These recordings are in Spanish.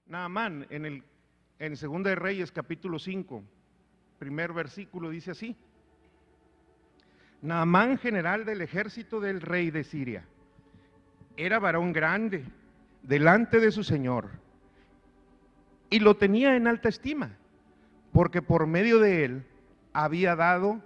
Naamán en Segunda de Reyes capítulo 5, primer versículo dice así: Naamán, general del ejército del rey de Siria, era varón grande delante de su señor y lo tenía en alta estima, porque por medio de él había dado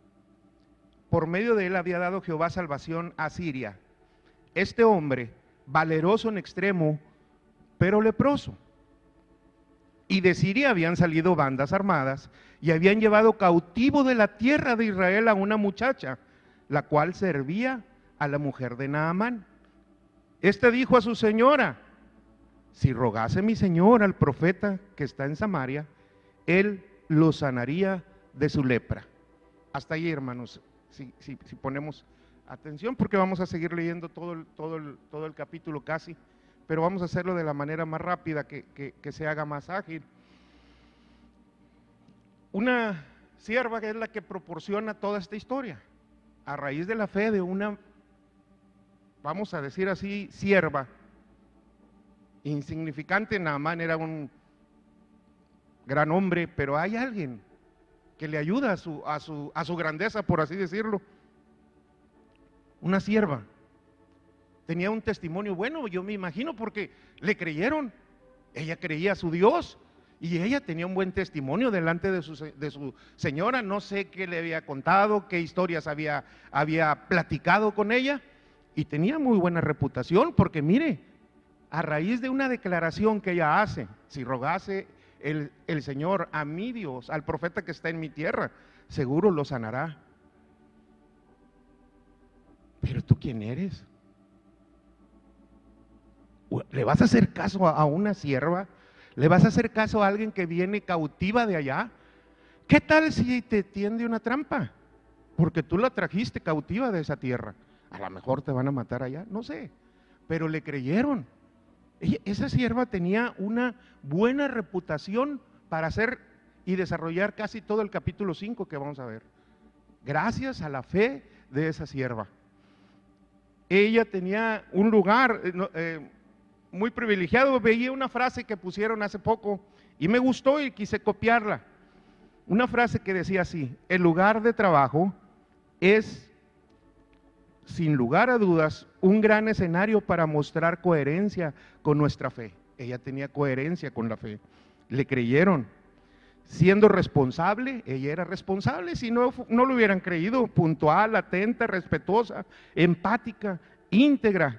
Jehová salvación a Siria. Este hombre, valeroso en extremo, pero leproso. Y de Siria habían salido bandas armadas y habían llevado cautivo de la tierra de Israel a una muchacha, la cual servía a la mujer de Naamán. Este dijo a su señora: si rogase mi señor al profeta que está en Samaria, él lo sanaría de su lepra. Hasta ahí, hermanos, si ponemos atención, porque vamos a seguir leyendo todo el capítulo casi, pero vamos a hacerlo de la manera más rápida, que se haga más ágil. Una sierva que es la que proporciona toda esta historia, a raíz de la fe de una, vamos a decir así, sierva insignificante. Naamán era un gran hombre, pero hay alguien que le ayuda a su grandeza, por así decirlo. Una sierva tenía un testimonio bueno, yo me imagino, porque le creyeron. Ella creía a su Dios y ella tenía un buen testimonio delante de su señora. No sé qué le había contado, qué historias había platicado con ella, y tenía muy buena reputación, porque mire, a raíz de una declaración que ella hace: si rogase el Señor a mi Dios, al profeta que está en mi tierra, seguro lo sanará. Pero ¿tú quién eres? ¿Le vas a hacer caso a una sierva? ¿Le vas a hacer caso a alguien que viene cautiva de allá? ¿Qué tal si te tiende una trampa? Porque tú la trajiste cautiva de esa tierra. A lo mejor te van a matar allá, no sé. Pero le creyeron. Esa sierva tenía una buena reputación para hacer y desarrollar casi todo el capítulo 5 que vamos a ver, gracias a la fe de esa sierva. Ella tenía un lugar muy privilegiado. Veía una frase que pusieron hace poco y me gustó y quise copiarla. Una frase que decía así: el lugar de trabajo es, sin lugar a dudas, un gran escenario para mostrar coherencia con nuestra fe. Ella tenía coherencia con la fe, le creyeron. Siendo responsable, ella era responsable, si no lo hubieran creído. Puntual, atenta, respetuosa, empática, íntegra.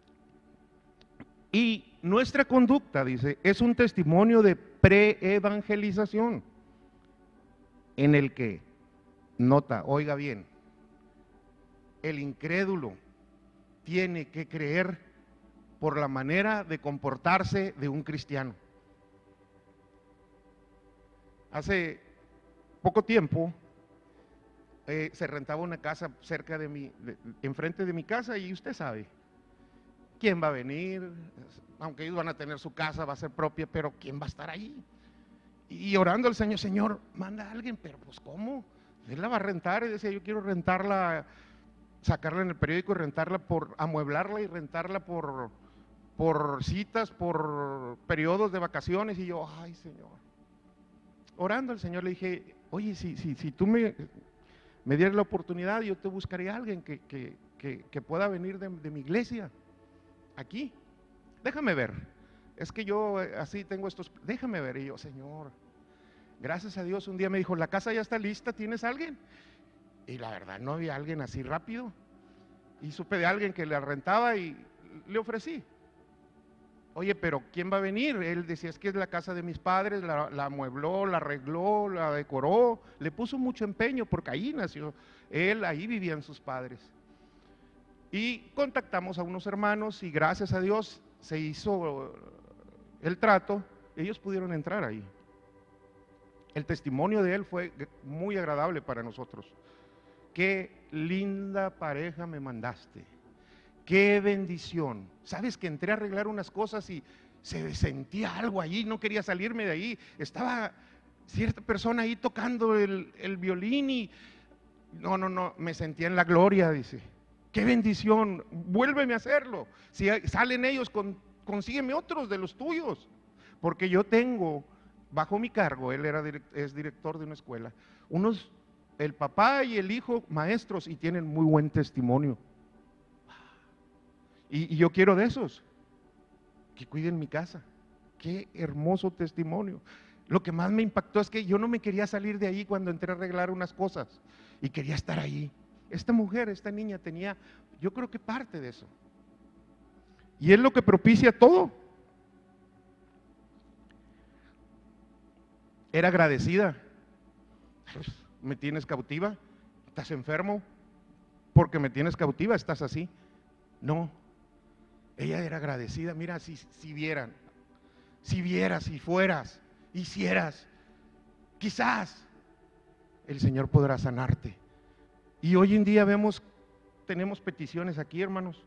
Y nuestra conducta, dice, es un testimonio de pre-evangelización, en el que, nota, oiga bien, el incrédulo tiene que creer por la manera de comportarse de un cristiano. Hace poco tiempo se rentaba una casa cerca de enfrente de mi casa, y usted sabe quién va a venir. Aunque ellos van a tener su casa, va a ser propia, pero quién va a estar ahí. Y orando al Señor: Señor, manda a alguien. Pero pues ¿cómo? Él la va a rentar. Y decía: yo quiero rentarla, sacarla en el periódico y rentarla, amueblarla y rentarla por citas, por periodos de vacaciones. Y yo, ay Señor, orando al Señor, le dije: oye, si tú me dieras la oportunidad, yo te buscaría a alguien que pueda venir de mi iglesia aquí. Déjame ver, es que yo así tengo estos, déjame ver. Y yo: Señor, gracias a Dios, un día me dijo: la casa ya está lista, ¿tienes alguien? Y la verdad no había alguien así rápido, y supe de alguien que la rentaba y le ofrecí. Oye, pero ¿quién va a venir? Él decía: es que es la casa de mis padres, la amuebló, la arregló, la decoró, le puso mucho empeño, porque ahí nació él, ahí vivían sus padres. Y contactamos a unos hermanos y gracias a Dios se hizo el trato, ellos pudieron entrar ahí. El testimonio de él fue muy agradable para nosotros. Qué linda pareja me mandaste, qué bendición. Sabes que entré a arreglar unas cosas y se sentía algo allí, no quería salirme de ahí. Estaba cierta persona ahí tocando el violín y no, me sentía en la gloria, dice. Qué bendición, vuélveme a hacerlo. Si salen ellos, consígueme otros de los tuyos, porque yo tengo bajo mi cargo, él es director de una escuela, el papá y el hijo maestros y tienen muy buen testimonio. Y yo quiero de esos, que cuiden mi casa. Qué hermoso testimonio. Lo que más me impactó es que yo no me quería salir de ahí cuando entré a arreglar unas cosas y quería estar ahí. Esta mujer, esta niña tenía, yo creo que parte de eso. Y es lo que propicia todo. Era agradecida. ¿Me tienes cautiva? ¿Estás enfermo? Porque me tienes cautiva, estás así. No, ella era agradecida. Mira, si vieras, si fueras, hicieras, quizás el Señor podrá sanarte. Y hoy en día tenemos peticiones aquí, hermanos.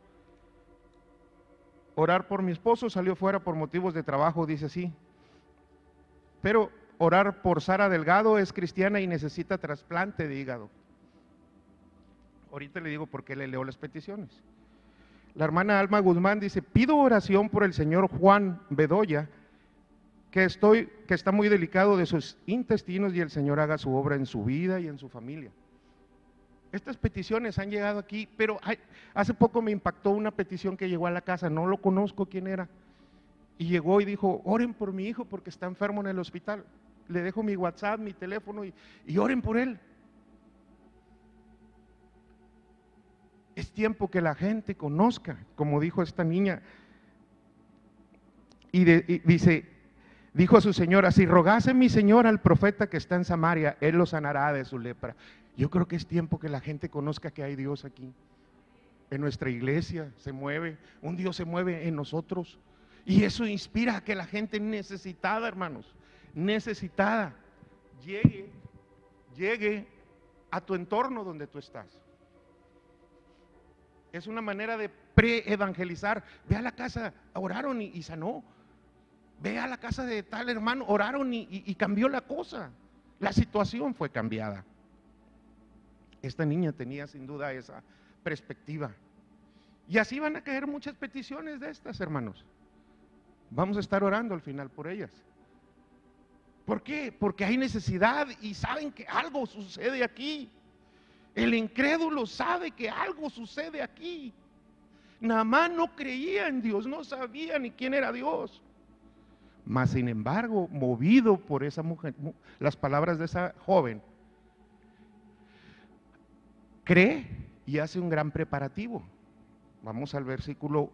Orar por mi esposo, salió fuera por motivos de trabajo, dice así. Pero orar por Sara Delgado, es cristiana y necesita trasplante de hígado. Ahorita le digo por qué le leo las peticiones. La hermana Alma Guzmán dice: pido oración por el señor Juan Bedoya, que está muy delicado de sus intestinos y el Señor haga su obra en su vida y en su familia. Estas peticiones han llegado aquí, pero hace poco me impactó una petición que llegó a la casa, no lo conozco quién era, y llegó y dijo: oren por mi hijo porque está enfermo en el hospital. Le dejo mi WhatsApp, mi teléfono y oren por él. Es tiempo que la gente conozca, como dijo esta niña, y dijo a su señora: si rogase mi señor al profeta que está en Samaria, él lo sanará de su lepra. Yo creo que es tiempo que la gente conozca que hay Dios aquí. En nuestra iglesia se mueve, un Dios se mueve en nosotros. Y eso inspira a que la gente necesitada, hermanos, necesitada, llegue a tu entorno donde tú estás. Es una manera de pre-evangelizar. Ve a la casa, oraron y sanó. Ve a la casa de tal hermano, oraron y cambió la cosa. La situación fue cambiada. Esta niña tenía sin duda esa perspectiva. Y así van a caer muchas peticiones de estas, hermanos. Vamos a estar orando al final por ellas. ¿Por qué? Porque hay necesidad y saben que algo sucede aquí. El incrédulo sabe que algo sucede aquí. Naamán no creía en Dios, no sabía ni quién era Dios. Mas sin embargo, movido por esa mujer, las palabras de esa joven, cree y hace un gran preparativo. Vamos al versículo.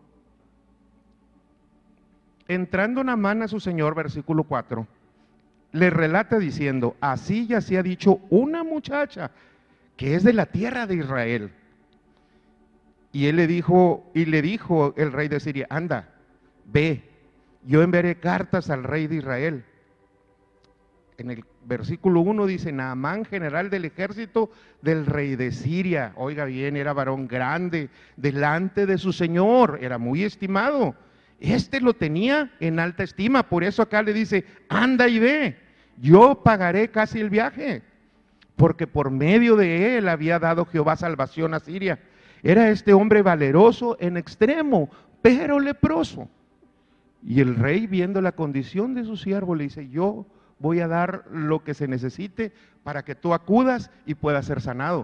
Entrando Naamán a su señor, versículo 4, le relata diciendo: así ya se ha dicho una muchacha que es de la tierra de Israel. Y le dijo el rey de Siria: anda, ve, yo enviaré cartas al rey de Israel. En el versículo 1 dice: Naamán, general del ejército del rey de Siria. Oiga bien, era varón grande delante de su señor, era muy estimado. Este lo tenía en alta estima, por eso acá le dice: anda y ve, yo pagaré casi el viaje, porque por medio de él había dado Jehová salvación a Siria. Era este hombre valeroso en extremo, pero leproso. Y el rey, viendo la condición de su siervo, le dice: yo voy a dar lo que se necesite para que tú acudas y puedas ser sanado.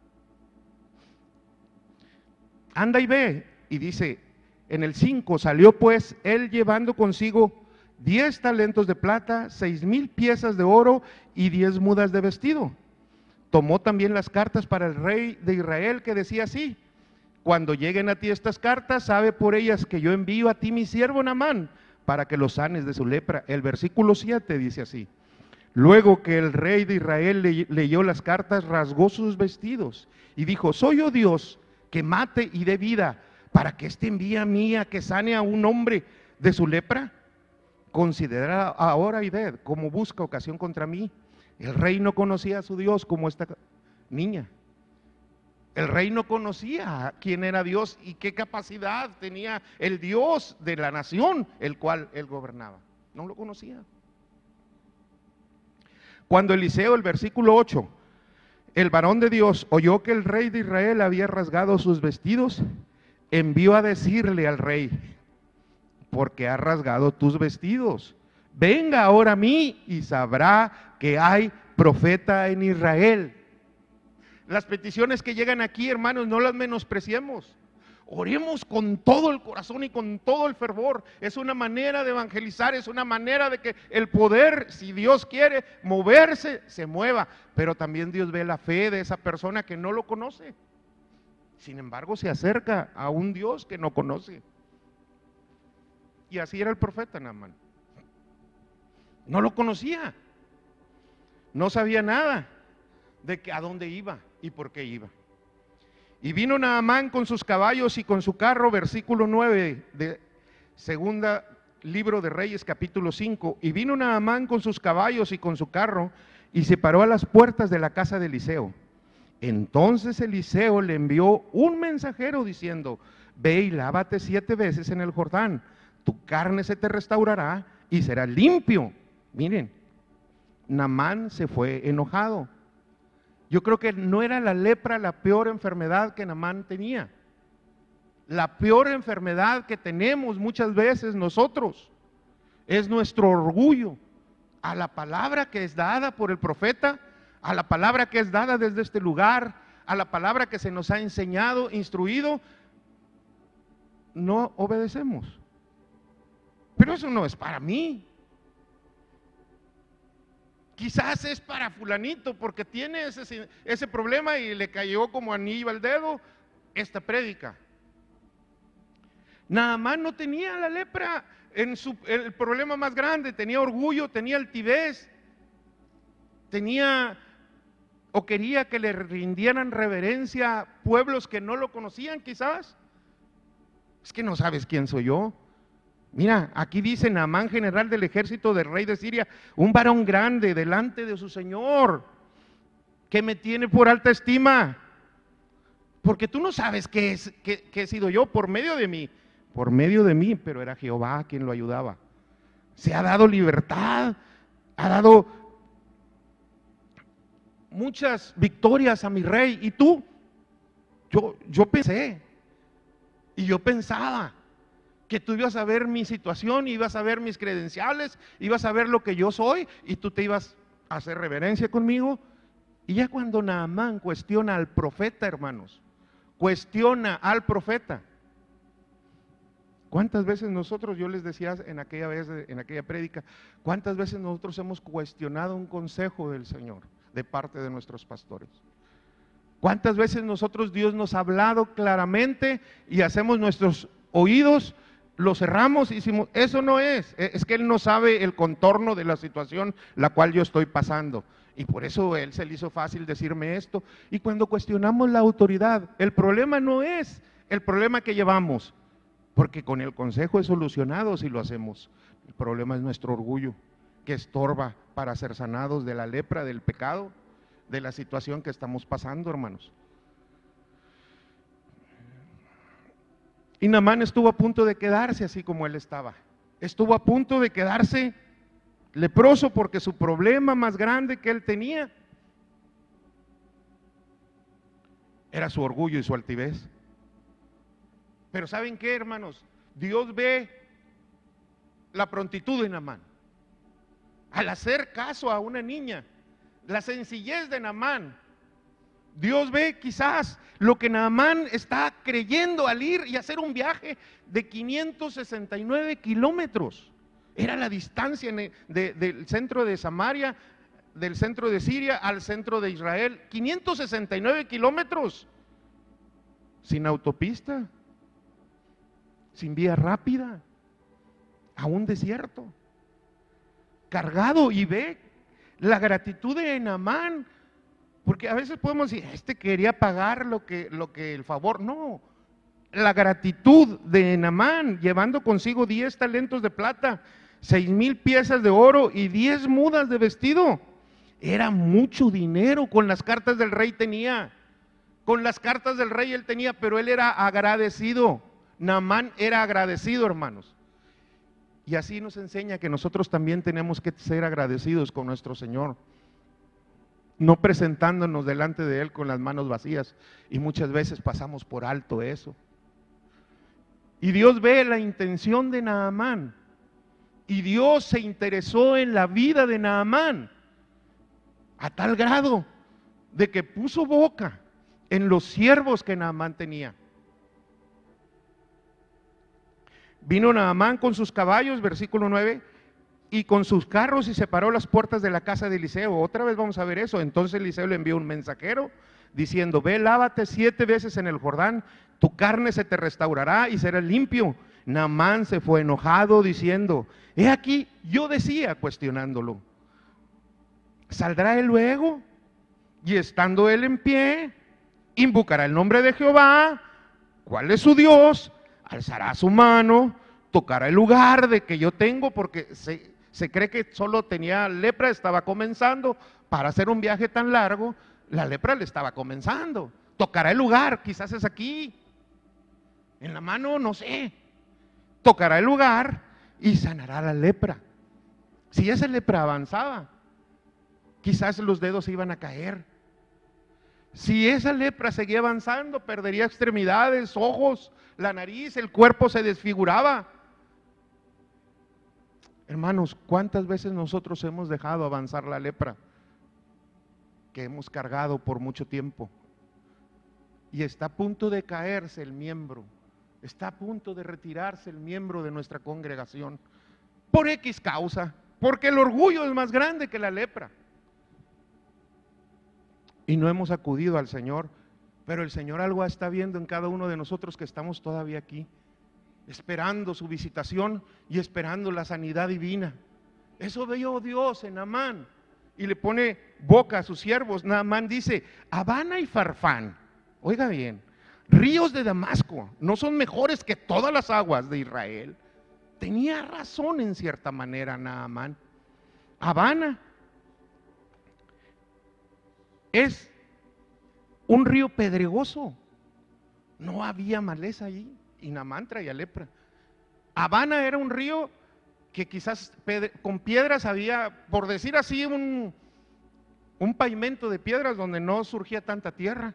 Anda y ve. Y dice en el 5: salió pues él llevando consigo 10 talentos de plata, 6,000 piezas de oro y 10 mudas de vestido. Tomó también las cartas para el rey de Israel, que decía así: cuando lleguen a ti estas cartas, sabe por ellas que yo envío a ti mi siervo Naamán, para que lo sanes de su lepra. El versículo 7 dice así: luego que el rey de Israel leyó las cartas, rasgó sus vestidos y dijo: ¿soy yo Dios que mate y dé vida, para que éste envíe a mí a que sane a un hombre de su lepra? Considera ahora y ved cómo busca ocasión contra mí. El rey no conocía a su Dios como esta niña. El rey no conocía quién era Dios y qué capacidad tenía el Dios de la nación, el cual él gobernaba. No lo conocía. Cuando Eliseo, el versículo 8, el varón de Dios, oyó que el rey de Israel había rasgado sus vestidos, envió a decirle al rey: porque has rasgado tus vestidos, venga ahora a mí y sabrá que hay profeta en Israel. Las peticiones que llegan aquí, hermanos, no las menospreciemos. Oremos con todo el corazón y con todo el fervor. Es una manera de evangelizar, es una manera de que el poder, si Dios quiere moverse, se mueva. Pero también Dios ve la fe de esa persona que no lo conoce. Sin embargo, se acerca a un Dios que no conoce. Y así era el profeta Naamán. No lo conocía. No sabía nada de que a dónde iba y por qué iba. Y vino Naamán con sus caballos y con su carro, versículo 9 de segunda libro de Reyes, capítulo 5. Y vino Naamán con sus caballos y con su carro y se paró a las puertas de la casa de Eliseo. Entonces Eliseo le envió un mensajero diciendo: ve y lávate 7 veces en el Jordán, tu carne se te restaurará y serás limpio. Miren, Naamán se fue enojado. Yo creo que no era la lepra la peor enfermedad que Naamán tenía. La peor enfermedad que tenemos muchas veces nosotros es nuestro orgullo a la palabra que es dada por el profeta, a la palabra que es dada desde este lugar, a la palabra que se nos ha enseñado, instruido. No obedecemos. Pero eso no es para mí. Quizás es para fulanito porque tiene ese problema y le cayó como anillo al dedo esta prédica. Naamán no tenía la lepra el problema más grande, tenía orgullo, tenía altivez, tenía o quería que le rindieran reverencia a pueblos que no lo conocían quizás. Es que no sabes quién soy yo. Mira, aquí dice Naamán, general del ejército del rey de Siria, un varón grande delante de su señor, que me tiene por alta estima, porque tú no sabes qué he sido yo por medio de mí, pero era Jehová quien lo ayudaba. Se ha dado libertad, ha dado muchas victorias a mi rey. Y tú, yo pensé, y yo pensaba que tú ibas a ver mi situación, ibas a ver mis credenciales, ibas a ver lo que yo soy y tú te ibas a hacer reverencia conmigo. Y ya cuando Naamán cuestiona al profeta, hermanos, cuestiona al profeta. ¿Cuántas veces nosotros, yo les decía en aquella prédica, cuántas veces nosotros hemos cuestionado un consejo del Señor de parte de nuestros pastores? ¿Cuántas veces nosotros, Dios nos ha hablado claramente y hacemos nuestros oídos, lo cerramos y decimos, eso no es que Él no sabe el contorno de la situación la cual yo estoy pasando? Y por eso Él se le hizo fácil decirme esto. Y cuando cuestionamos la autoridad, el problema no es el problema que llevamos, porque con el consejo es solucionado si lo hacemos. El problema es nuestro orgullo, que estorba para ser sanados de la lepra, del pecado, de la situación que estamos pasando, hermanos. Y Naamán estuvo a punto de quedarse así como él estaba. Estuvo a punto de quedarse leproso porque su problema más grande que él tenía era su orgullo y su altivez. Pero ¿saben qué, hermanos? Dios ve la prontitud de Naamán. Al hacer caso a una niña, la sencillez de Naamán, Dios ve quizás lo que Naamán está creyendo al ir y hacer un viaje de 569 kilómetros. Era la distancia del centro de Samaria, del centro de Siria al centro de Israel. 569 kilómetros, sin autopista, sin vía rápida, a un desierto, cargado. Y ve la gratitud de Naamán. Porque a veces podemos decir, quería pagar lo que el favor. No, la gratitud de Naamán, llevando consigo 10 talentos de plata, 6,000 piezas de oro y 10 mudas de vestido. Era mucho dinero. Con las cartas del rey tenía. Con las cartas del rey él tenía, pero él era agradecido. Naamán era agradecido, hermanos. Y así nos enseña que nosotros también tenemos que ser agradecidos con nuestro Señor, no presentándonos delante de Él con las manos vacías, y muchas veces pasamos por alto eso. Y Dios ve la intención de Naamán Y Dios se interesó en la vida de Naamán a tal grado de que puso boca en los siervos que Naamán tenía. Vino Naamán con sus caballos, versículo 9, y con sus carros, y separó las puertas de la casa de Eliseo. Otra vez vamos a ver eso. Entonces Eliseo le envió un mensajero diciendo: ve, lávate 7 veces en el Jordán, tu carne se te restaurará y serás limpio. Naamán se fue enojado diciendo: he aquí, yo decía, cuestionándolo, ¿saldrá él luego? Y estando él en pie, invocará el nombre de Jehová, ¿cuál es su Dios? Alzará su mano, tocará el lugar de que yo tengo, porque se cree que solo tenía lepra, estaba comenzando. Para hacer un viaje tan largo, la lepra le estaba comenzando. Tocará el lugar, quizás es aquí, en la mano, no sé. Tocará el lugar y sanará la lepra. Si esa lepra avanzaba, quizás los dedos se iban a caer. Si esa lepra seguía avanzando, perdería extremidades, ojos, la nariz, el cuerpo se desfiguraba. Hermanos, ¿cuántas veces nosotros hemos dejado avanzar la lepra que hemos cargado por mucho tiempo? Y está a punto de caerse el miembro, está a punto de retirarse el miembro de nuestra congregación, por X causa, porque el orgullo es más grande que la lepra. Y no hemos acudido al Señor, pero el Señor algo está viendo en cada uno de nosotros que estamos todavía aquí, esperando su visitación y esperando la sanidad divina. Eso vio Dios en Naamán y le pone boca a sus siervos. Naamán dice: Abana y Farfán, oiga bien, ríos de Damasco, ¿no son mejores que todas las aguas de Israel? Tenía razón en cierta manera Naamán. Abana es un río pedregoso, no había maleza allí, y Naamán traía lepra. Abana era un río que quizás con piedras había, por decir así, un pavimento de piedras donde no surgía tanta tierra.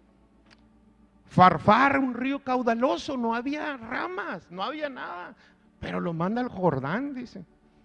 Farfar, un río caudaloso, no había ramas, no había nada, pero lo manda al Jordán, dice.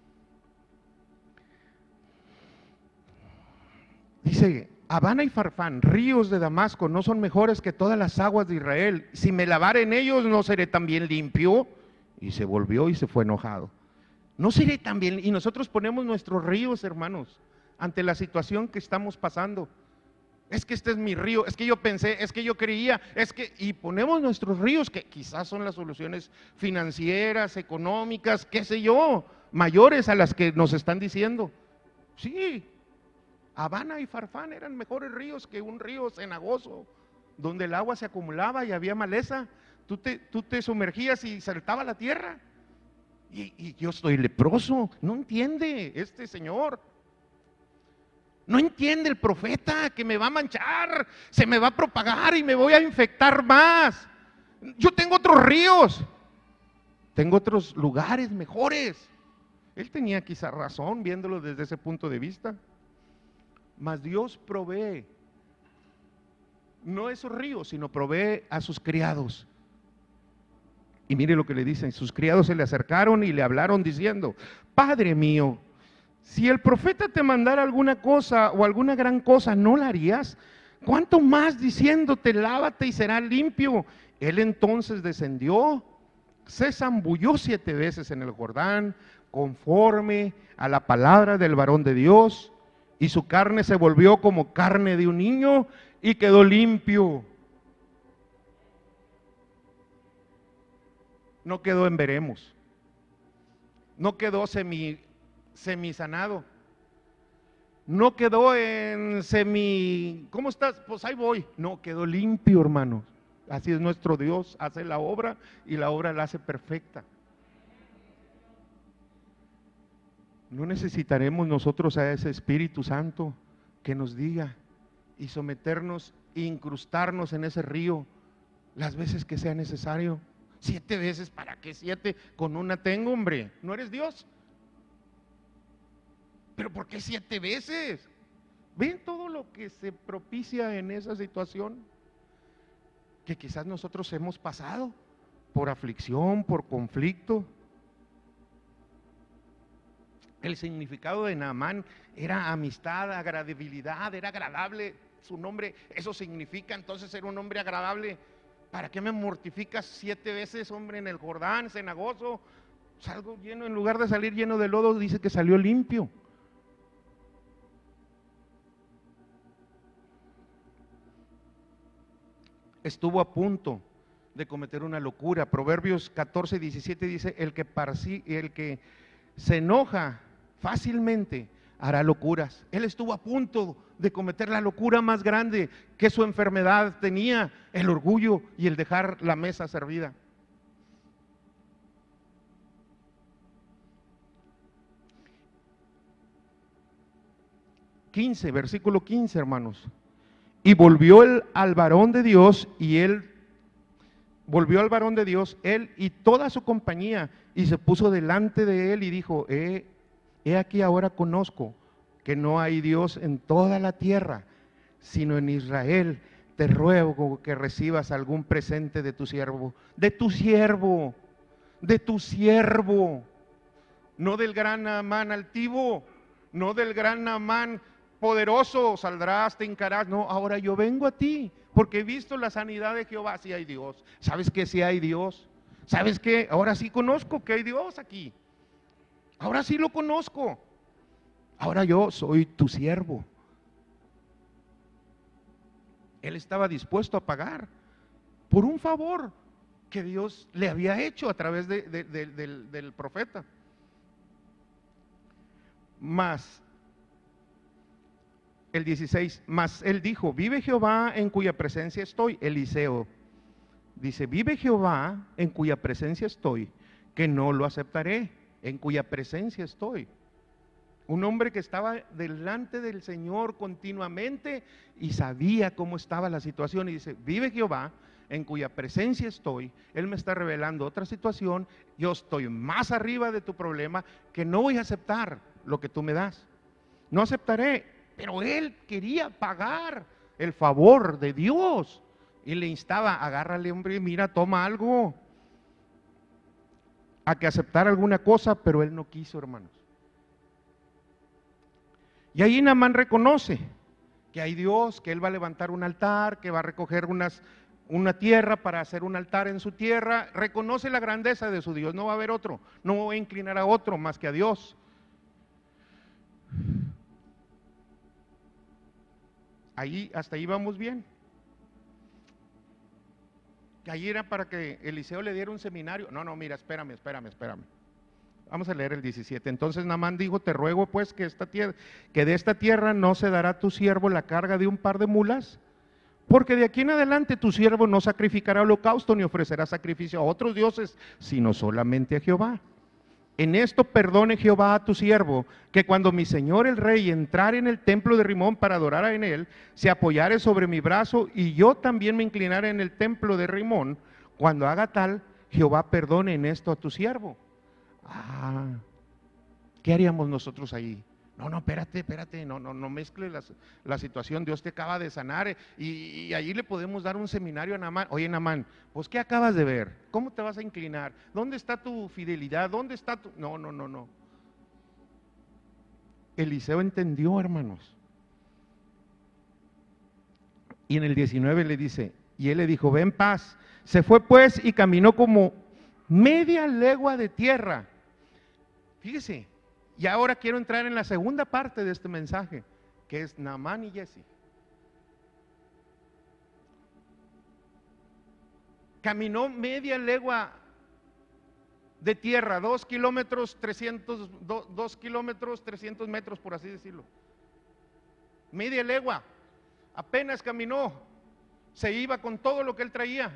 Dice: Abana y Farfán, ríos de Damasco, ¿no son mejores que todas las aguas de Israel? Si me lavare en ellos, ¿no seré también limpio? Y se volvió y se fue enojado. No seré también, y nosotros ponemos nuestros ríos, hermanos, ante la situación que estamos pasando. Es que este es mi río, es que yo pensé, es que yo creía, y ponemos nuestros ríos, que quizás son las soluciones financieras, económicas, qué sé yo, mayores a las que nos están diciendo. Sí, Abana y Farfán eran mejores ríos que un río cenagoso, donde el agua se acumulaba y había maleza. Tú te sumergías y saltaba la tierra. Y yo estoy leproso. No entiende este señor. No entiende el profeta que me va a manchar, se me va a propagar y me voy a infectar más. Yo tengo otros ríos, tengo otros lugares mejores. Él tenía quizá razón viéndolo desde ese punto de vista. Mas Dios provee, no esos ríos, sino provee a sus criados. Y mire lo que le dicen: sus criados se le acercaron y le hablaron diciendo: Padre mío, si el profeta te mandara alguna cosa o alguna gran cosa, ¿no la harías? ¿Cuánto más diciéndote: lávate y serás limpio? Él entonces descendió, se zambulló 7 veces en el Jordán, conforme a la palabra del varón de Dios, y su carne se volvió como carne de un niño y quedó limpio. No quedó en veremos, no quedó semisanado, no quedó en ¿cómo estás? Pues ahí voy. No, quedó limpio, hermanos. Así es nuestro Dios, hace la obra y la obra la hace perfecta. No necesitaremos nosotros a ese Espíritu Santo que nos diga, y someternos e incrustarnos en ese río las veces que sea necesario. 7 veces, ¿para qué 7? Con una tengo, hombre. ¿No eres Dios? ¿Pero por qué 7 veces? ¿Ven todo lo que se propicia en esa situación? Que quizás nosotros hemos pasado por aflicción, por conflicto. El significado de Naamán era amistad, agradabilidad, era agradable. Su nombre, eso significa entonces ser un hombre agradable. ¿Para qué me mortificas 7 veces, hombre, en el Jordán, cenagoso? Salgo lleno, en lugar de salir lleno de lodo, dice que salió limpio. Estuvo a punto de cometer una locura. Proverbios 14:17 dice: el que se enoja fácilmente hará locuras. Él estuvo a punto de cometer la locura más grande que su enfermedad tenía: el orgullo y el dejar la mesa servida. Versículo 15, hermanos. Y volvió al varón de Dios, él y toda su compañía, y se puso delante de él y dijo: he aquí ahora conozco que no hay Dios en toda la tierra, sino en Israel. Te ruego que recibas algún presente de tu siervo, no del gran Naamán altivo, no del gran Naamán poderoso, saldrás, te hincarás. No, ahora yo vengo a ti, porque he visto la sanidad de Jehová. Si hay Dios, ¿sabes que si hay Dios? ¿Sabes que ahora sí conozco que hay Dios aquí? Ahora sí lo conozco. Ahora yo soy tu siervo. Él estaba dispuesto a pagar por un favor que Dios le había hecho a través del profeta. Más el 16, más él dijo: vive Jehová en cuya presencia estoy. Eliseo dice: vive Jehová en cuya presencia estoy, que no lo aceptaré. En cuya presencia estoy. Un hombre que estaba delante del Señor continuamente y sabía cómo estaba la situación, y dice: vive Jehová en cuya presencia estoy. Él me está revelando otra situación. Yo estoy más arriba de tu problema, que no voy a aceptar lo que tú me das. No aceptaré. Pero él quería pagar el favor de Dios y le instaba: agárrale, hombre, mira, toma algo, a que aceptara alguna cosa. Pero él no quiso, hermanos. Y ahí Naamán reconoce que hay Dios, que él va a levantar un altar, que va a recoger una tierra para hacer un altar en su tierra. Reconoce la grandeza de su Dios. No va a haber otro, no me voy a inclinar a otro más que a Dios. Hasta ahí vamos bien. Que ahí era para que Eliseo le diera un seminario. No, mira, espérame. Vamos a leer el 17. Entonces Naamán dijo: te ruego pues que de esta tierra no se dará a tu siervo la carga de un par de mulas, porque de aquí en adelante tu siervo no sacrificará holocausto ni ofrecerá sacrificio a otros dioses, sino solamente a Jehová. En esto perdone Jehová a tu siervo, que cuando mi señor el rey entrare en el templo de Rimón para adorar en él, se apoyare sobre mi brazo, y yo también me inclinare en el templo de Rimón. Cuando haga tal, Jehová perdone en esto a tu siervo. ¿Qué haríamos nosotros ahí? No, espérate, no mezcle la situación. Dios te acaba de sanar, y ahí le podemos dar un seminario a Naamán. Oye, Naamán, pues ¿qué acabas de ver? ¿Cómo te vas a inclinar? ¿Dónde está tu fidelidad? ¿Dónde está tu...? No. Eliseo entendió, hermanos. Y en el 19 le dice, y él le dijo: ve en paz. Se fue pues y caminó como media legua de tierra. Fíjese. Y ahora quiero entrar en la segunda parte de este mensaje, que es Naamán y Giezi. Caminó media legua de tierra, 2 kilómetros 300 metros, por así decirlo. Media legua, apenas caminó, se iba con todo lo que él traía.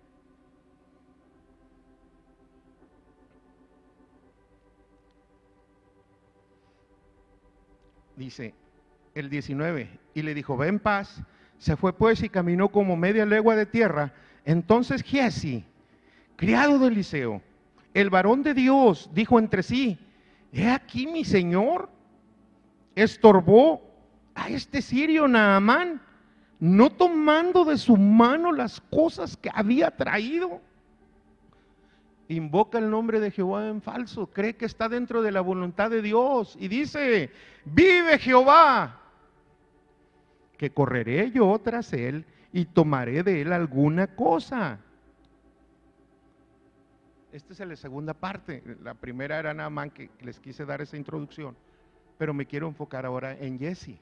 Dice el 19, y le dijo: ve en paz. Se fue pues y caminó como media legua de tierra. Entonces Giezi, criado de Eliseo, el varón de Dios, dijo entre sí: he aquí mi señor estorbó a este sirio Naamán, no tomando de su mano las cosas que había traído. invoca el nombre de Jehová en falso, cree que está dentro de la voluntad de Dios y dice: vive Jehová, que correré yo tras él y tomaré de él alguna cosa. Esta es la segunda parte. La primera era Naamán, que les quise dar esa introducción, pero me quiero enfocar ahora en Giezi.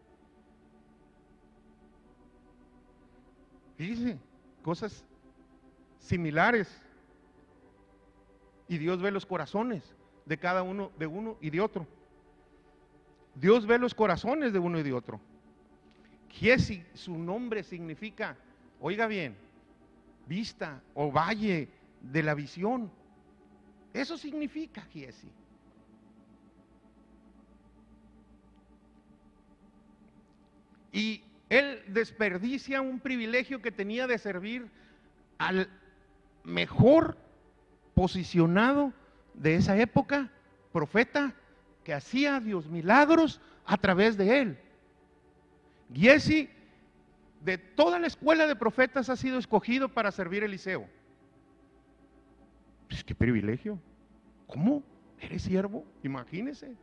Fíjense, cosas similares, y Dios ve los corazones de cada uno, de uno y de otro. Dios ve los corazones de uno y de otro. Giezi, su nombre significa, oiga bien, vista o valle de la visión. Eso significa Giezi. Y él desperdicia un privilegio que tenía de servir al mejor posicionado de esa época, profeta, que hacía Dios milagros a través de él. Giezi, de toda la escuela de profetas, ha sido escogido para servir a Eliseo. Pues qué privilegio. ¿Cómo? ¿Eres siervo? Imagínese.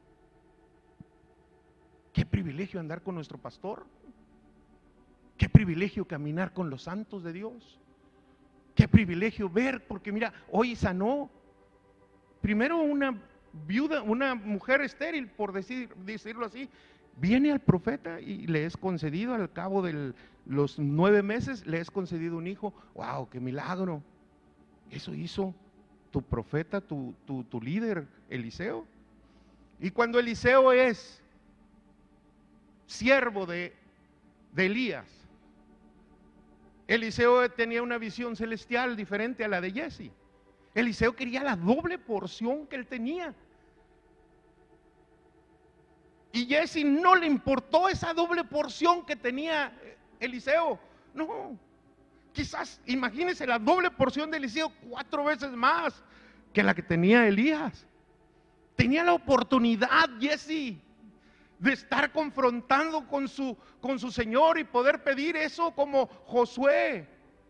Qué privilegio andar con nuestro pastor. Qué privilegio caminar con los santos de Dios. Qué privilegio ver, porque mira, hoy sanó primero una viuda, una mujer estéril, por decirlo así. Viene al profeta y le es concedido, al cabo de los 9 meses, le es concedido un hijo. ¡Wow! ¡Qué milagro! Eso hizo tu profeta, tu líder, Eliseo. Y cuando Eliseo es siervo de Elías, Eliseo tenía una visión celestial diferente a la de Giezi. Eliseo quería la doble porción que él tenía. Y Giezi no le importó esa doble porción que tenía Eliseo. No. Quizás, imagínense, la doble porción de Eliseo 4 veces más que la que tenía Elías. Tenía la oportunidad, Giezi, de estar confrontando con su Señor y poder pedir eso como Josué.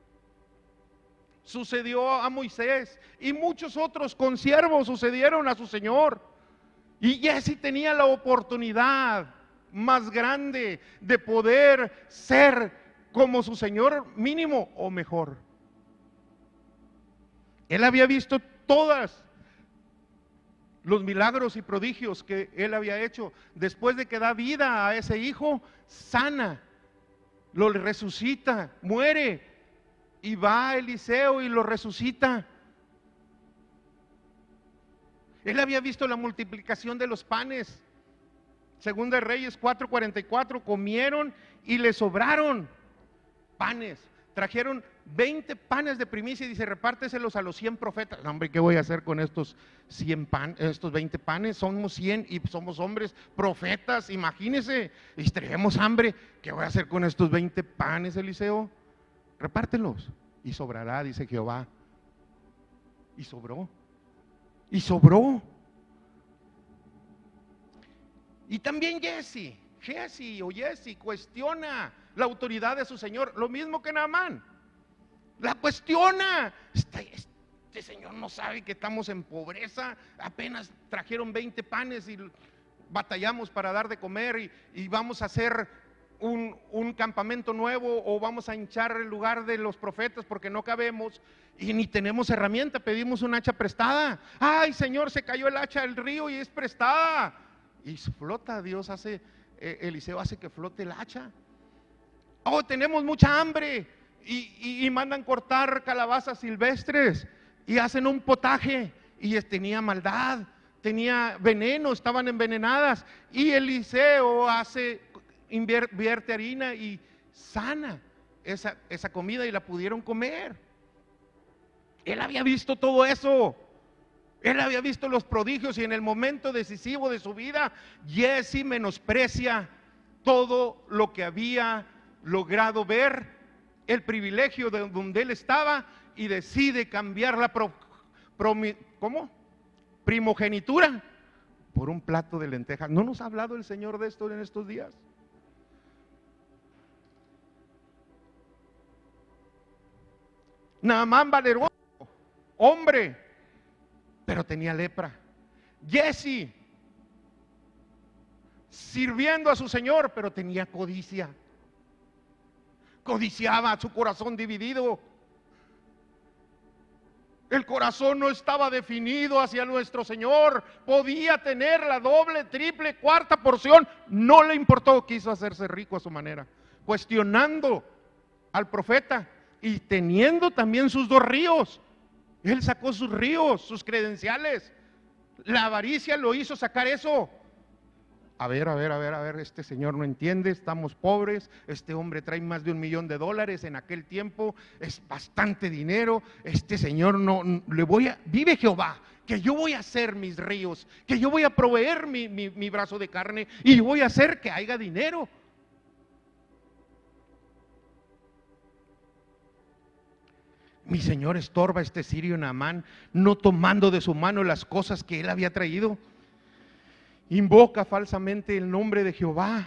Sucedió a Moisés y muchos otros consiervos sucedieron a su Señor. Y Giezi tenía la oportunidad más grande de poder ser como su Señor, mínimo o mejor. Él había visto todos los milagros y prodigios que él había hecho. Después de que da vida a ese hijo, sana, lo resucita, muere, y va a Eliseo y lo resucita. Él había visto la multiplicación de los panes. Segunda de Reyes 4:44, comieron y le sobraron panes. Trajeron 20 panes de primicia y dice: repárteselos a los 100 profetas. Hombre, ¿qué voy a hacer con estos 20 panes? Somos 100 y somos hombres profetas, imagínense. Y tenemos hambre, ¿qué voy a hacer con estos 20 panes, Eliseo? Repártelos y sobrará, dice Jehová. Y sobró. Y sobró. Y también Giezi cuestiona la autoridad de su Señor, lo mismo que Naamán. La cuestiona. Este Señor no sabe que estamos en pobreza, apenas trajeron 20 panes y batallamos para dar de comer, y vamos a hacer un campamento nuevo, o vamos a hinchar el lugar de los profetas porque no cabemos y ni tenemos herramienta, pedimos un hacha prestada. Ay, Señor, se cayó el hacha del río y es prestada. Y flota, Eliseo hace que flote el hacha. Oh, tenemos mucha hambre, y mandan cortar calabazas silvestres y hacen un potaje, y tenía maldad, tenía veneno, estaban envenenadas, y Eliseo invierte harina y sana esa comida y la pudieron comer. Él había visto todo eso. Él había visto los prodigios, y en el momento decisivo de su vida, Giezi menosprecia todo lo que había logrado ver, el privilegio de donde él estaba, y decide cambiar la primogenitura por un plato de lentejas. ¿No nos ha hablado el Señor de esto en estos días? Naamán valeroso, hombre, pero tenía lepra. Jesse, sirviendo a su señor, pero tenía codicia. Codiciaba, su corazón dividido. El corazón no estaba definido hacia nuestro Señor. Podía tener la doble, triple, cuarta porción. No le importó, quiso hacerse rico a su manera, cuestionando al profeta y teniendo también sus 2 ríos. Él sacó sus ríos, sus credenciales. La avaricia lo hizo sacar eso. A ver, este señor no entiende, estamos pobres, este hombre trae más de $1 millón en aquel tiempo, es bastante dinero, este señor no, vive Jehová, que yo voy a hacer mis ríos, que yo voy a proveer mi brazo de carne y voy a hacer que haya dinero. Mi señor estorba a este sirio Naamán, no tomando de su mano las cosas que él había traído. Invoca falsamente el nombre de Jehová.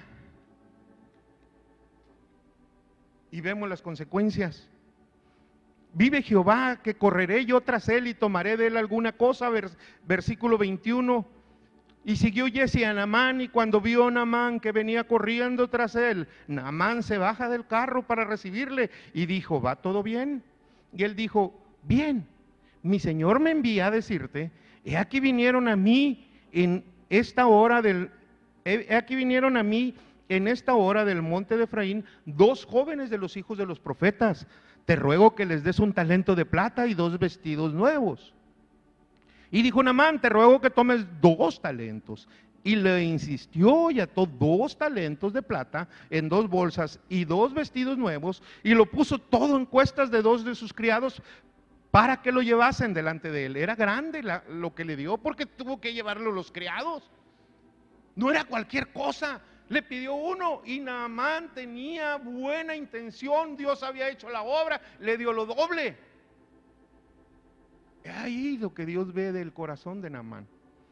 Y vemos las consecuencias. Vive Jehová, que correré yo tras él y tomaré de él alguna cosa. Versículo 21. Y siguió Jesse a Naamán, y cuando vio a Naamán que venía corriendo tras él, Naamán se baja del carro para recibirle y dijo: ¿va todo bien? Y él dijo: bien, mi señor me envía a decirte, he aquí vinieron a mí en esta hora del monte de Efraín 2 jóvenes de los hijos de los profetas. Te ruego que les des un talento de plata y 2 vestidos nuevos. Y dijo Naamán: te ruego que tomes 2 talentos. Y le insistió y ató 2 talentos de plata en 2 bolsas y 2 vestidos nuevos, y lo puso todo en cuestas de 2 de sus criados para que lo llevasen delante de él. Era grande lo que le dio, porque tuvo que llevarlo los criados. No era cualquier cosa. Le pidió uno y Naamán tenía buena intención. Dios había hecho la obra, le dio lo doble. Es ahí lo que Dios ve del corazón de Naamán.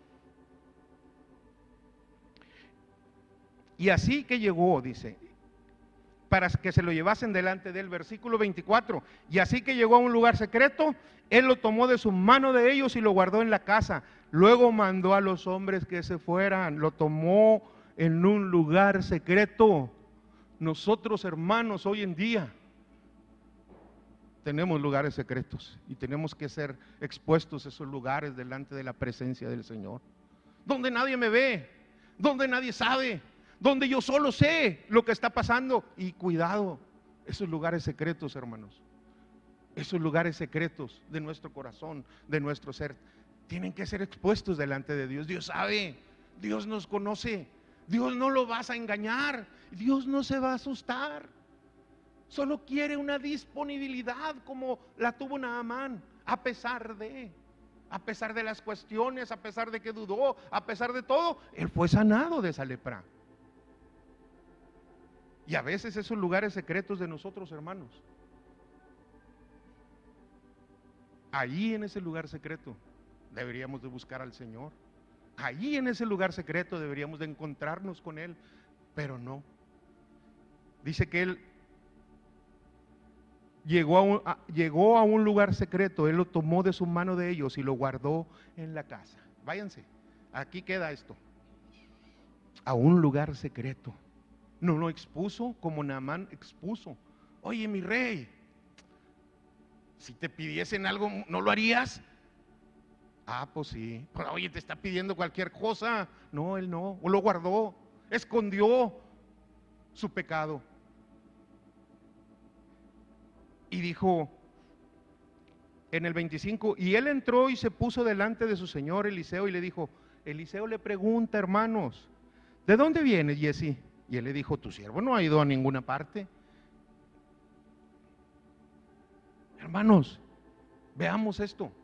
Y así que llegó, dice, para que se lo llevasen delante del versículo 24. Y así que llegó a un lugar secreto, él lo tomó de su mano de ellos y lo guardó en la casa. Luego mandó a los hombres que se fueran, lo tomó en un lugar secreto. Nosotros, hermanos, hoy en día tenemos lugares secretos y tenemos que ser expuestos a esos lugares delante de la presencia del Señor, donde nadie me ve, donde nadie sabe, donde yo solo sé lo que está pasando. Y cuidado, esos lugares secretos, hermanos, esos lugares secretos de nuestro corazón, de nuestro ser, tienen que ser expuestos delante de Dios. Dios sabe, Dios nos conoce, Dios no lo vas a engañar, Dios no se va a asustar. Solo quiere una disponibilidad como la tuvo Naamán, a pesar de las cuestiones, a pesar de que dudó, a pesar de todo, él fue sanado de esa lepra. Y a veces esos lugares secretos de nosotros, hermanos, allí en ese lugar secreto deberíamos de buscar al Señor. Allí en ese lugar secreto deberíamos de encontrarnos con Él, pero no. Dice que Él llegó a un lugar secreto, Él lo tomó de su mano de ellos y lo guardó en la casa. Váyanse, aquí queda esto. A un lugar secreto. No lo expuso como Naamán expuso. Oye, mi rey, si te pidiesen algo, ¿no lo harías? Ah, pues sí. Pero, oye, te está pidiendo cualquier cosa. No, él no. O lo guardó, escondió su pecado. Y dijo en el 25, y él entró y se puso delante de su señor Eliseo y le dijo, Eliseo le pregunta, hermanos, ¿de dónde vienes, Jesse? Y él le dijo, tu siervo no ha ido a ninguna parte. Hermanos, veamos esto.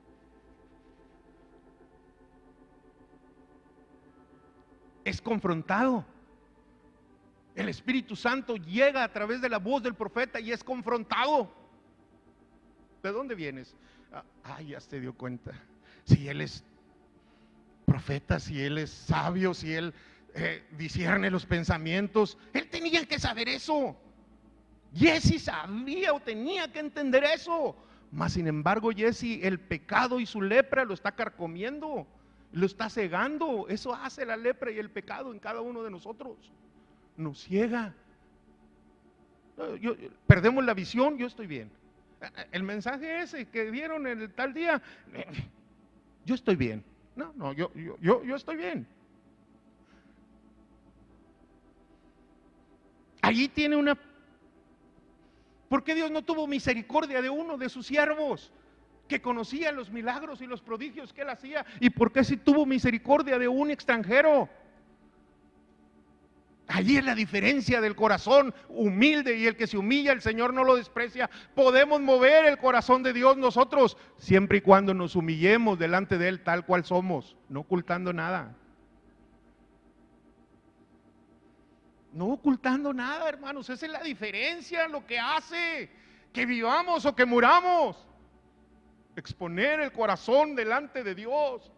Es confrontado. El Espíritu Santo llega a través de la voz del profeta y es confrontado. ¿De dónde vienes? Ya se dio cuenta. Si él es profeta, si él es sabio, si él discierne los pensamientos, él tenía que saber eso. Jesse sabía o tenía que entender eso. Mas sin embargo, Jesse, el pecado y su lepra lo está carcomiendo, lo está cegando. Eso hace la lepra y el pecado en cada uno de nosotros. Nos ciega. Perdemos la visión. Yo estoy bien. El mensaje ese que dieron en el tal día, yo estoy bien. No, yo estoy bien. Allí tiene una... ¿Por qué Dios no tuvo misericordia de uno de sus siervos que conocía los milagros y los prodigios que él hacía? ¿Y por qué sí tuvo misericordia de un extranjero? Allí es la diferencia del corazón humilde y el que se humilla, el Señor no lo desprecia. Podemos mover el corazón de Dios nosotros, siempre y cuando nos humillemos delante de Él tal cual somos, no ocultando nada. No ocultando nada, hermanos. Esa es la diferencia, lo que hace que vivamos o que muramos. Exponer el corazón delante de Dios.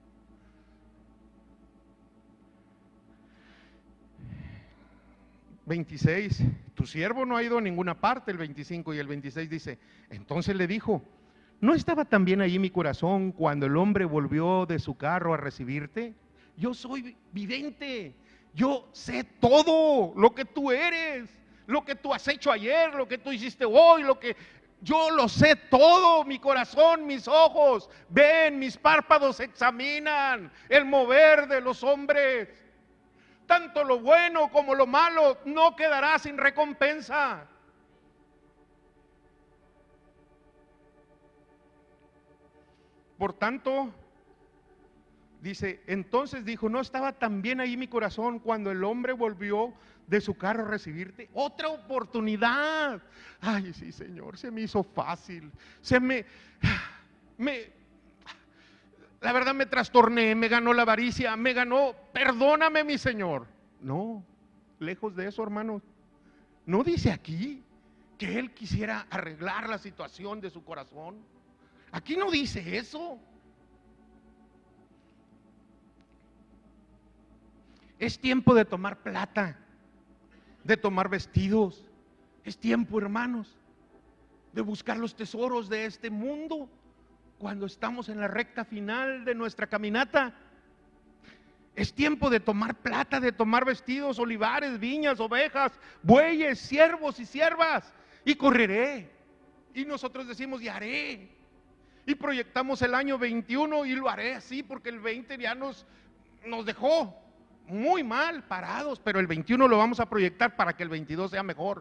...26... tu siervo no ha ido a ninguna parte. El 25 y el 26 dice: entonces le dijo: ¿no estaba también ahí mi corazón cuando el hombre volvió de su carro a recibirte? Yo soy vidente. Yo sé todo lo que tú eres, lo que tú has hecho ayer, lo que tú hiciste hoy, yo lo sé todo. Mi corazón, mis ojos ven, mis párpados examinan el mover de los hombres. Tanto lo bueno como lo malo no quedará sin recompensa. Por tanto, dice, entonces dijo: ¿no estaba también ahí mi corazón cuando el hombre volvió de su carro a recibirte? Otra oportunidad. Ay, sí, Señor, se me hizo fácil. La verdad me trastorné, me ganó la avaricia, me ganó. Perdóname, mi Señor. No, lejos de eso, hermanos. No dice aquí que Él quisiera arreglar la situación de su corazón. Aquí no dice eso. Es tiempo de tomar plata, de tomar vestidos. Es tiempo, hermanos, de buscar los tesoros de este mundo cuando estamos en la recta final de nuestra caminata. Es tiempo de tomar plata, de tomar vestidos, olivares, viñas, ovejas, bueyes, siervos y siervas. Y correré. Y nosotros decimos: y haré. Y proyectamos el año 21 y lo haré así, porque el 20 ya nos dejó muy mal parados, pero el 21 lo vamos a proyectar para que el 22 sea mejor.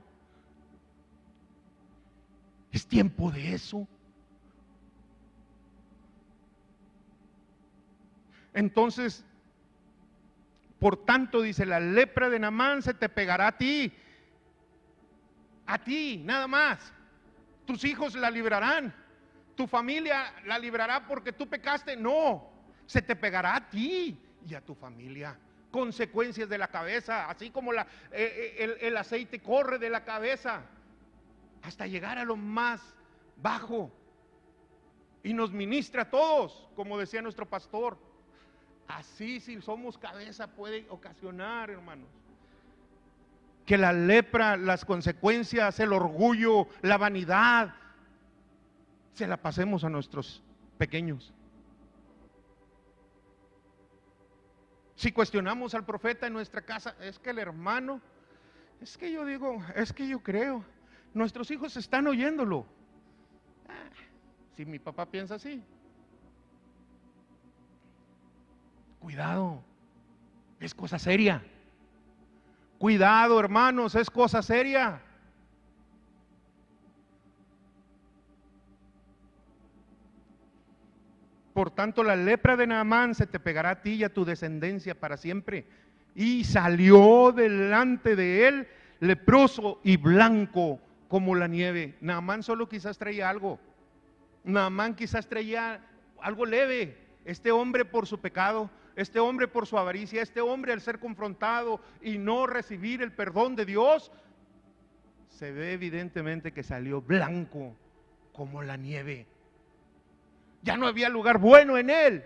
Es tiempo de eso. Entonces, por tanto, dice, la lepra de Naamán se te pegará a ti, nada más. Tus hijos la librarán, tu familia la librará porque tú pecaste. No, se te pegará a ti y a tu familia. Consecuencias de la cabeza, así como el aceite corre de la cabeza hasta llegar a lo más bajo y nos ministra a todos, como decía nuestro pastor. Así, si somos cabeza, puede ocasionar, hermanos, que la lepra, las consecuencias, el orgullo, la vanidad, se la pasemos a nuestros pequeños. Si cuestionamos al profeta en nuestra casa: es que el hermano, es que yo digo, es que yo creo, nuestros hijos están oyéndolo. Si mi papá piensa así, cuidado, es cosa seria. Cuidado, hermanos, es cosa seria. Por tanto, la lepra de Naamán se te pegará a ti y a tu descendencia para siempre. Y salió delante de él leproso y blanco como la nieve. Naamán solo quizás traía algo. Naamán quizás traía algo leve. Este hombre por su pecado, este hombre por su avaricia, este hombre al ser confrontado y no recibir el perdón de Dios, se ve evidentemente que salió blanco como la nieve. Ya no había lugar bueno en él.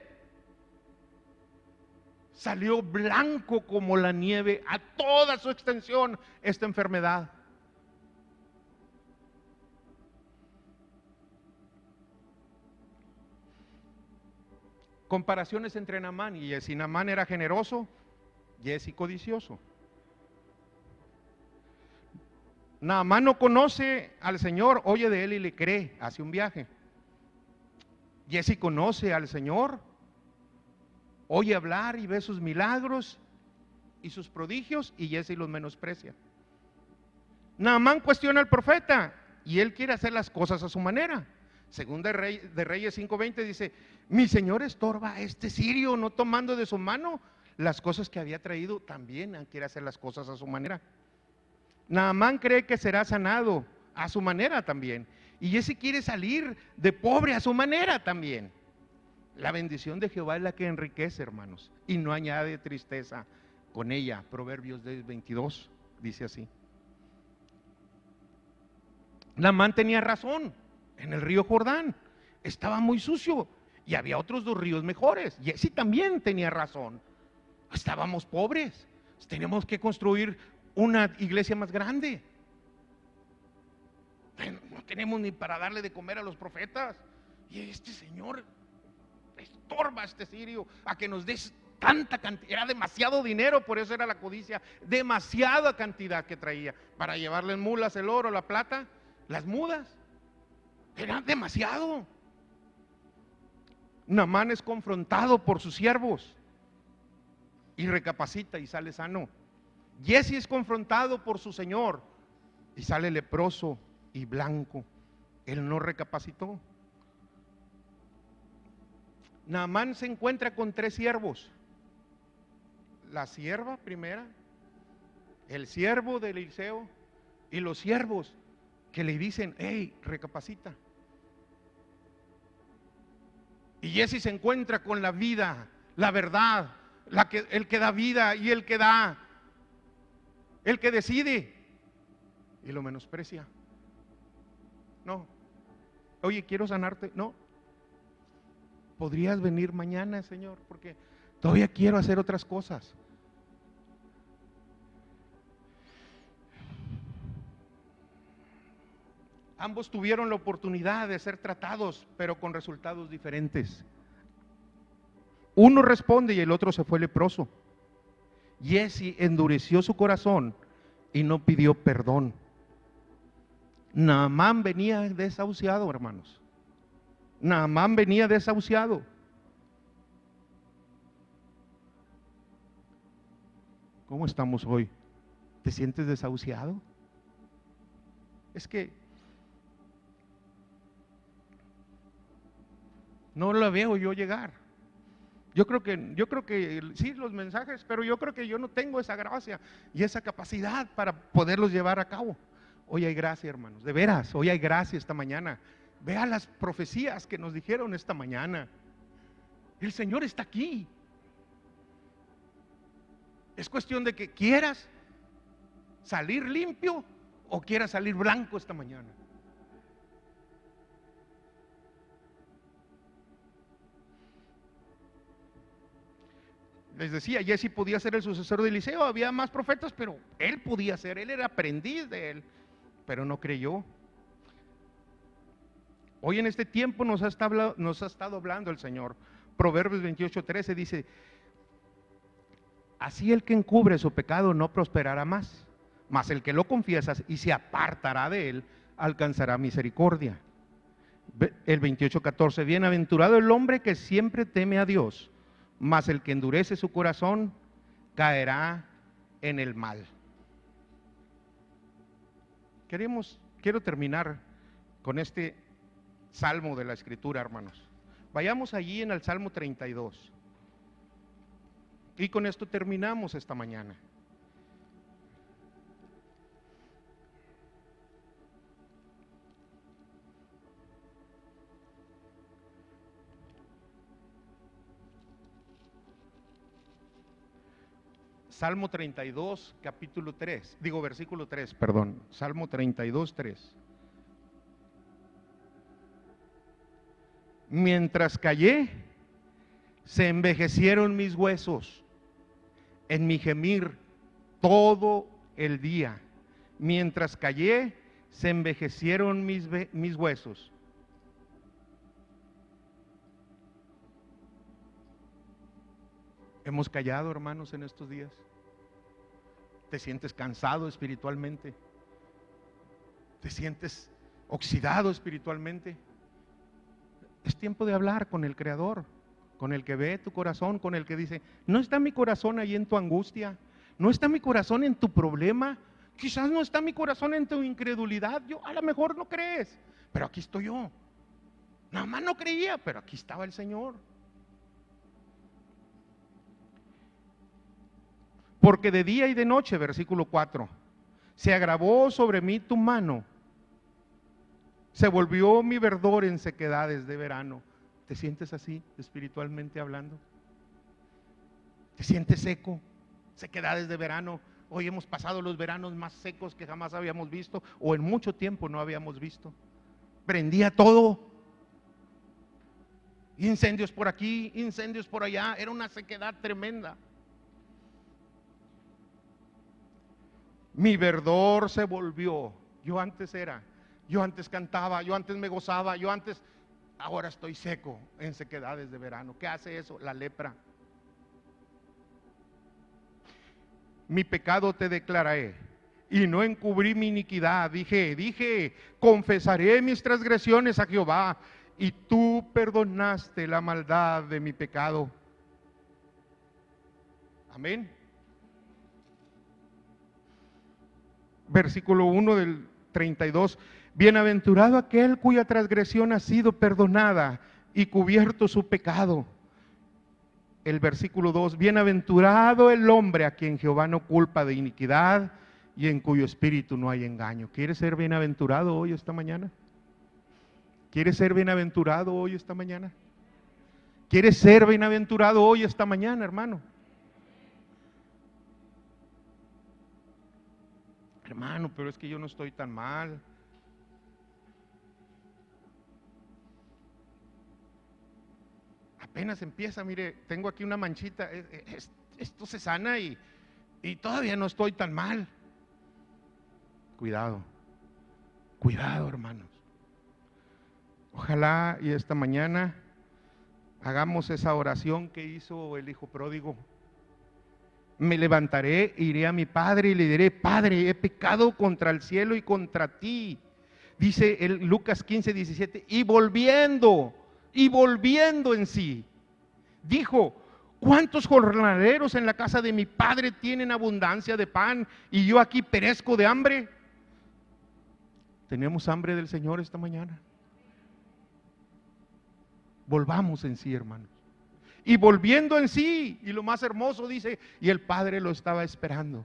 Salió blanco como la nieve a toda su extensión esta enfermedad. Comparaciones entre Naamán y Giesi. Naamán era generoso, Giesi codicioso. Naamán no conoce al Señor, oye de él y le cree, hace un viaje. Giesi conoce al Señor, oye hablar y ve sus milagros y sus prodigios, y Giesi los menosprecia. Naamán cuestiona al profeta y él quiere hacer las cosas a su manera. Segunda de Reyes 5:20 dice: mi señor estorba a este sirio, no tomando de su mano las cosas que había traído. También quiere hacer las cosas a su manera. Naamán cree que será sanado a su manera también, y Giesi quiere salir de pobre a su manera también. La bendición de Jehová es la que enriquece, hermanos, y no añade tristeza con ella. Proverbios 10:22 dice así. Naamán tenía razón. En el río Jordán estaba muy sucio y había otros 2 ríos mejores. Giesi también tenía razón. Estábamos pobres, teníamos que construir una iglesia más grande. No tenemos ni para darle de comer a los profetas. Y este señor estorba a este sirio a que nos des tanta cantidad. Era demasiado dinero, por eso era la codicia. Demasiada cantidad que traía para llevarle en mulas el oro, la plata, las mudas. Era demasiado. Naamán es confrontado por sus siervos y recapacita y sale sano. Giesi es confrontado por su señor y sale leproso y blanco. Él no recapacitó. Naamán se encuentra con 3 siervos: la sierva primera, el siervo de Eliseo y los siervos que le dicen: hey, recapacita. Y Giesi se encuentra con la vida, la verdad, el que da vida y el que da, el que decide, y lo menosprecia. No. Oye, quiero sanarte. No. ¿Podrías venir mañana, Señor? Porque todavía quiero hacer otras cosas. Ambos tuvieron la oportunidad de ser tratados, pero con resultados diferentes. Uno responde y el otro se fue leproso. Giesi endureció su corazón y no pidió perdón. Naamán venía desahuciado, hermanos. Naamán venía desahuciado. ¿Cómo estamos hoy? ¿Te sientes desahuciado? Es que no la veo yo llegar. Yo creo que sí, los mensajes, pero yo creo que yo no tengo esa gracia y esa capacidad para poderlos llevar a cabo. Hoy hay gracia, hermanos, de veras, hoy hay gracia esta mañana. Vea las profecías que nos dijeron esta mañana. El Señor está aquí. Es cuestión de que quieras salir limpio o quieras salir blanco esta mañana. Les decía, Giesi podía ser el sucesor de Eliseo, había más profetas, pero él podía ser, él era aprendiz de él, pero no creyó. Hoy en este tiempo nos ha estado hablando el Señor. Proverbios 28:13 dice: así el que encubre su pecado no prosperará más, mas el que lo confiesa y se apartará de él alcanzará misericordia. El 28:14: bienaventurado el hombre que siempre teme a Dios, mas el que endurece su corazón caerá en el mal. Quiero terminar con este salmo de la Escritura, hermanos. Vayamos allí en el Salmo 32. Y con esto terminamos esta mañana. Salmo 32, versículo 3, perdón. Salmo 32, 3. Mientras callé, se envejecieron mis huesos en mi gemir todo el día. Mientras callé, se envejecieron mis huesos. Hemos callado, hermanos, en estos días. Te sientes cansado espiritualmente. Te sientes oxidado espiritualmente. Es tiempo de hablar con el Creador, con el que ve tu corazón, con el que dice: no está mi corazón ahí en tu angustia, no está mi corazón en tu problema, quizás no está mi corazón en tu incredulidad. Yo a lo mejor no crees, pero aquí estoy yo. Nada más no creía, pero aquí estaba el Señor. Porque de día y de noche, versículo 4, se agravó sobre mí tu mano, se volvió mi verdor en sequedades de verano. ¿Te sientes así espiritualmente hablando? ¿Te sientes seco? Sequedades de verano. Hoy hemos pasado los veranos más secos que jamás habíamos visto, o en mucho tiempo no habíamos visto. Prendía todo. Incendios por aquí, incendios por allá. Era una sequedad tremenda. Mi verdor se volvió. Yo antes cantaba, yo antes me gozaba, ahora estoy seco en sequedades de verano. ¿Qué hace eso? La lepra. Mi pecado te declararé y no encubrí mi iniquidad. Dije, confesaré mis transgresiones a Jehová, y tú perdonaste la maldad de mi pecado. Amén. Versículo 1 del 32. Bienaventurado aquel cuya transgresión ha sido perdonada y cubierto su pecado. El versículo 2. Bienaventurado el hombre a quien Jehová no culpa de iniquidad y en cuyo espíritu no hay engaño. ¿Quieres ser bienaventurado hoy, esta mañana? ¿Quieres ser bienaventurado hoy, esta mañana? ¿Quieres ser bienaventurado hoy, esta mañana, hermano? Hermano, pero es que yo no estoy tan mal. Apenas empieza, mire, tengo aquí una manchita, esto se sana y todavía no estoy tan mal. Cuidado, cuidado, hermanos. Ojalá y esta mañana hagamos esa oración que hizo el hijo pródigo. Me levantaré, iré a mi padre y le diré: Padre, he pecado contra el cielo y contra ti. Dice el Lucas 15:17, y volviendo en sí, dijo: ¿cuántos jornaleros en la casa de mi padre tienen abundancia de pan y yo aquí perezco de hambre? ¿Tenemos hambre del Señor esta mañana? Volvamos en sí, hermanos. Y volviendo en sí, y lo más hermoso dice, y el padre lo estaba esperando.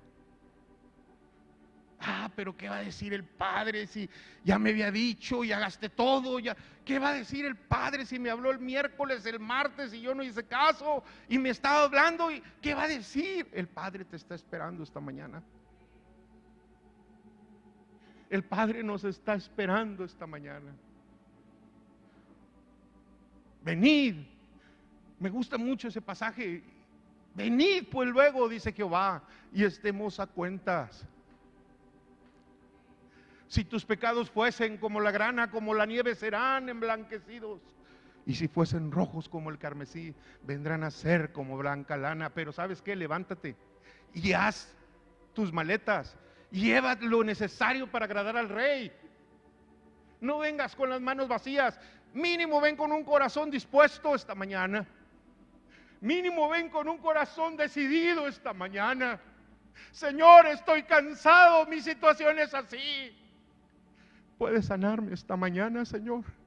Pero ¿qué va a decir el padre si ya me había dicho, ya gasté todo? ¿Qué va a decir el padre si me habló el miércoles, el martes y yo no hice caso y me estaba hablando? ¿Qué va a decir? El padre te está esperando esta mañana. El padre nos está esperando esta mañana. Venid. Me gusta mucho ese pasaje. Venid pues luego, dice Jehová, y estemos a cuentas. Si tus pecados fuesen como la grana, como la nieve, serán emblanquecidos. Y si fuesen rojos como el carmesí, vendrán a ser como blanca lana. Pero ¿sabes qué? Levántate y haz tus maletas. Lleva lo necesario para agradar al Rey. No vengas con las manos vacías. Mínimo ven con un corazón dispuesto esta mañana. Mínimo ven con un corazón decidido esta mañana. Señor, estoy cansado, mi situación es así. ¿Puedes sanarme esta mañana, Señor?